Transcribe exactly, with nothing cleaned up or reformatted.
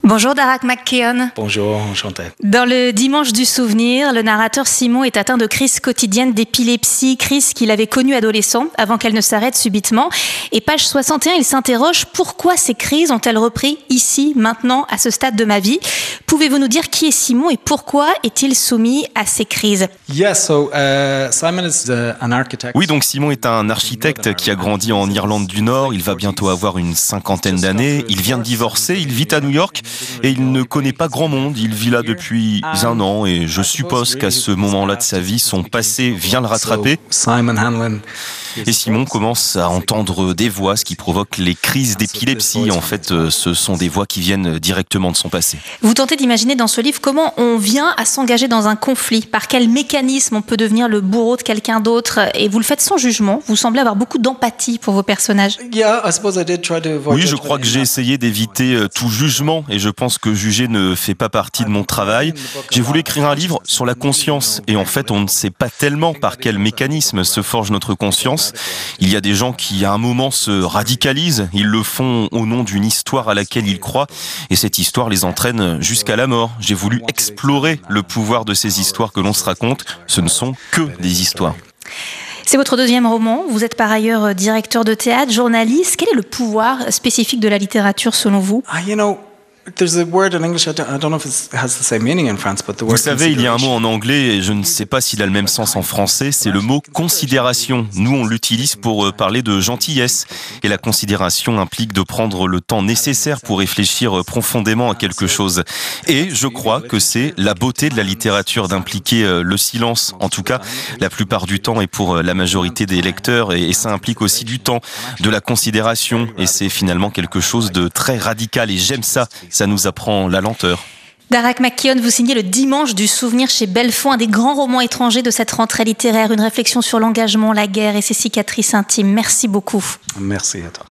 Bonjour Darak McKeon. Bonjour, enchanté. Dans le Dimanche du souvenir, le narrateur Simon est atteint de crise quotidienne d'épilepsie, crise qu'il avait connue adolescent avant qu'elle ne s'arrête subitement. Et page soixante et un, il s'interroge: pourquoi ces crises ont-elles repris ici, maintenant, à ce stade de ma vie? Pouvez-vous nous dire qui est Simon et pourquoi est-il soumis à ces crises? Yeah, so, uh, Simon is uh, an architect. Oui, donc Simon est un architecte qui a grandi en Irlande du Nord. Il va bientôt avoir une cinquantaine d'années. Il vient de divorcer, il vit à New York et il ne connaît pas grand monde. Il vit là depuis un an et je suppose qu'à ce moment-là de sa vie, son passé vient le rattraper. Simon Hanlon. Et Simon commence à entendre des voix, ce qui provoque les crises d'épilepsie. En fait, ce sont des voix qui viennent directement de son passé. Vous tentez d'imaginer dans ce livre comment on vient à s'engager dans un conflit, par quel mécanisme on peut devenir le bourreau de quelqu'un d'autre, et vous le faites sans jugement. Vous semblez avoir beaucoup d'empathie pour vos personnages. Yeah, I suppose I did try to avoid Oui, je crois que j'ai essayé d'éviter tout jugement et je pense que juger ne fait pas partie de mon travail. J'ai voulu écrire un livre sur la conscience et en fait, on ne sait pas tellement par quel mécanisme se forge notre conscience. Il y a des gens qui, à un moment, se radicalisent. Ils le font au nom d'une histoire à laquelle ils croient. Et cette histoire les entraîne jusqu'à la mort. J'ai voulu explorer le pouvoir de ces histoires que l'on se raconte. Ce ne sont que des histoires. C'est votre deuxième roman. Vous êtes par ailleurs directeur de théâtre, journaliste. Quel est le pouvoir spécifique de la littérature selon vous? Ah, you know, there's a word in English, I don't, I don't know if it has the same meaning in France, but the word Vous savez, il y a un mot en anglais, et je ne sais pas s'il a le même sens en français, c'est le mot considération. Nous, on l'utilise pour parler de gentillesse. Et la considération implique de prendre le temps nécessaire pour réfléchir profondément à quelque chose. Et je crois que c'est la beauté de la littérature d'impliquer le silence, en tout cas, la plupart du temps, et pour la majorité des lecteurs. Et ça implique aussi du temps, de la considération. Et c'est finalement quelque chose de très radical. Et j'aime ça. Ça nous apprend la lenteur. Darak McKeon, vous signez le Dimanche du souvenir chez Belfond, un des grands romans étrangers de cette rentrée littéraire, une réflexion sur l'engagement, la guerre et ses cicatrices intimes. Merci beaucoup. Merci à toi.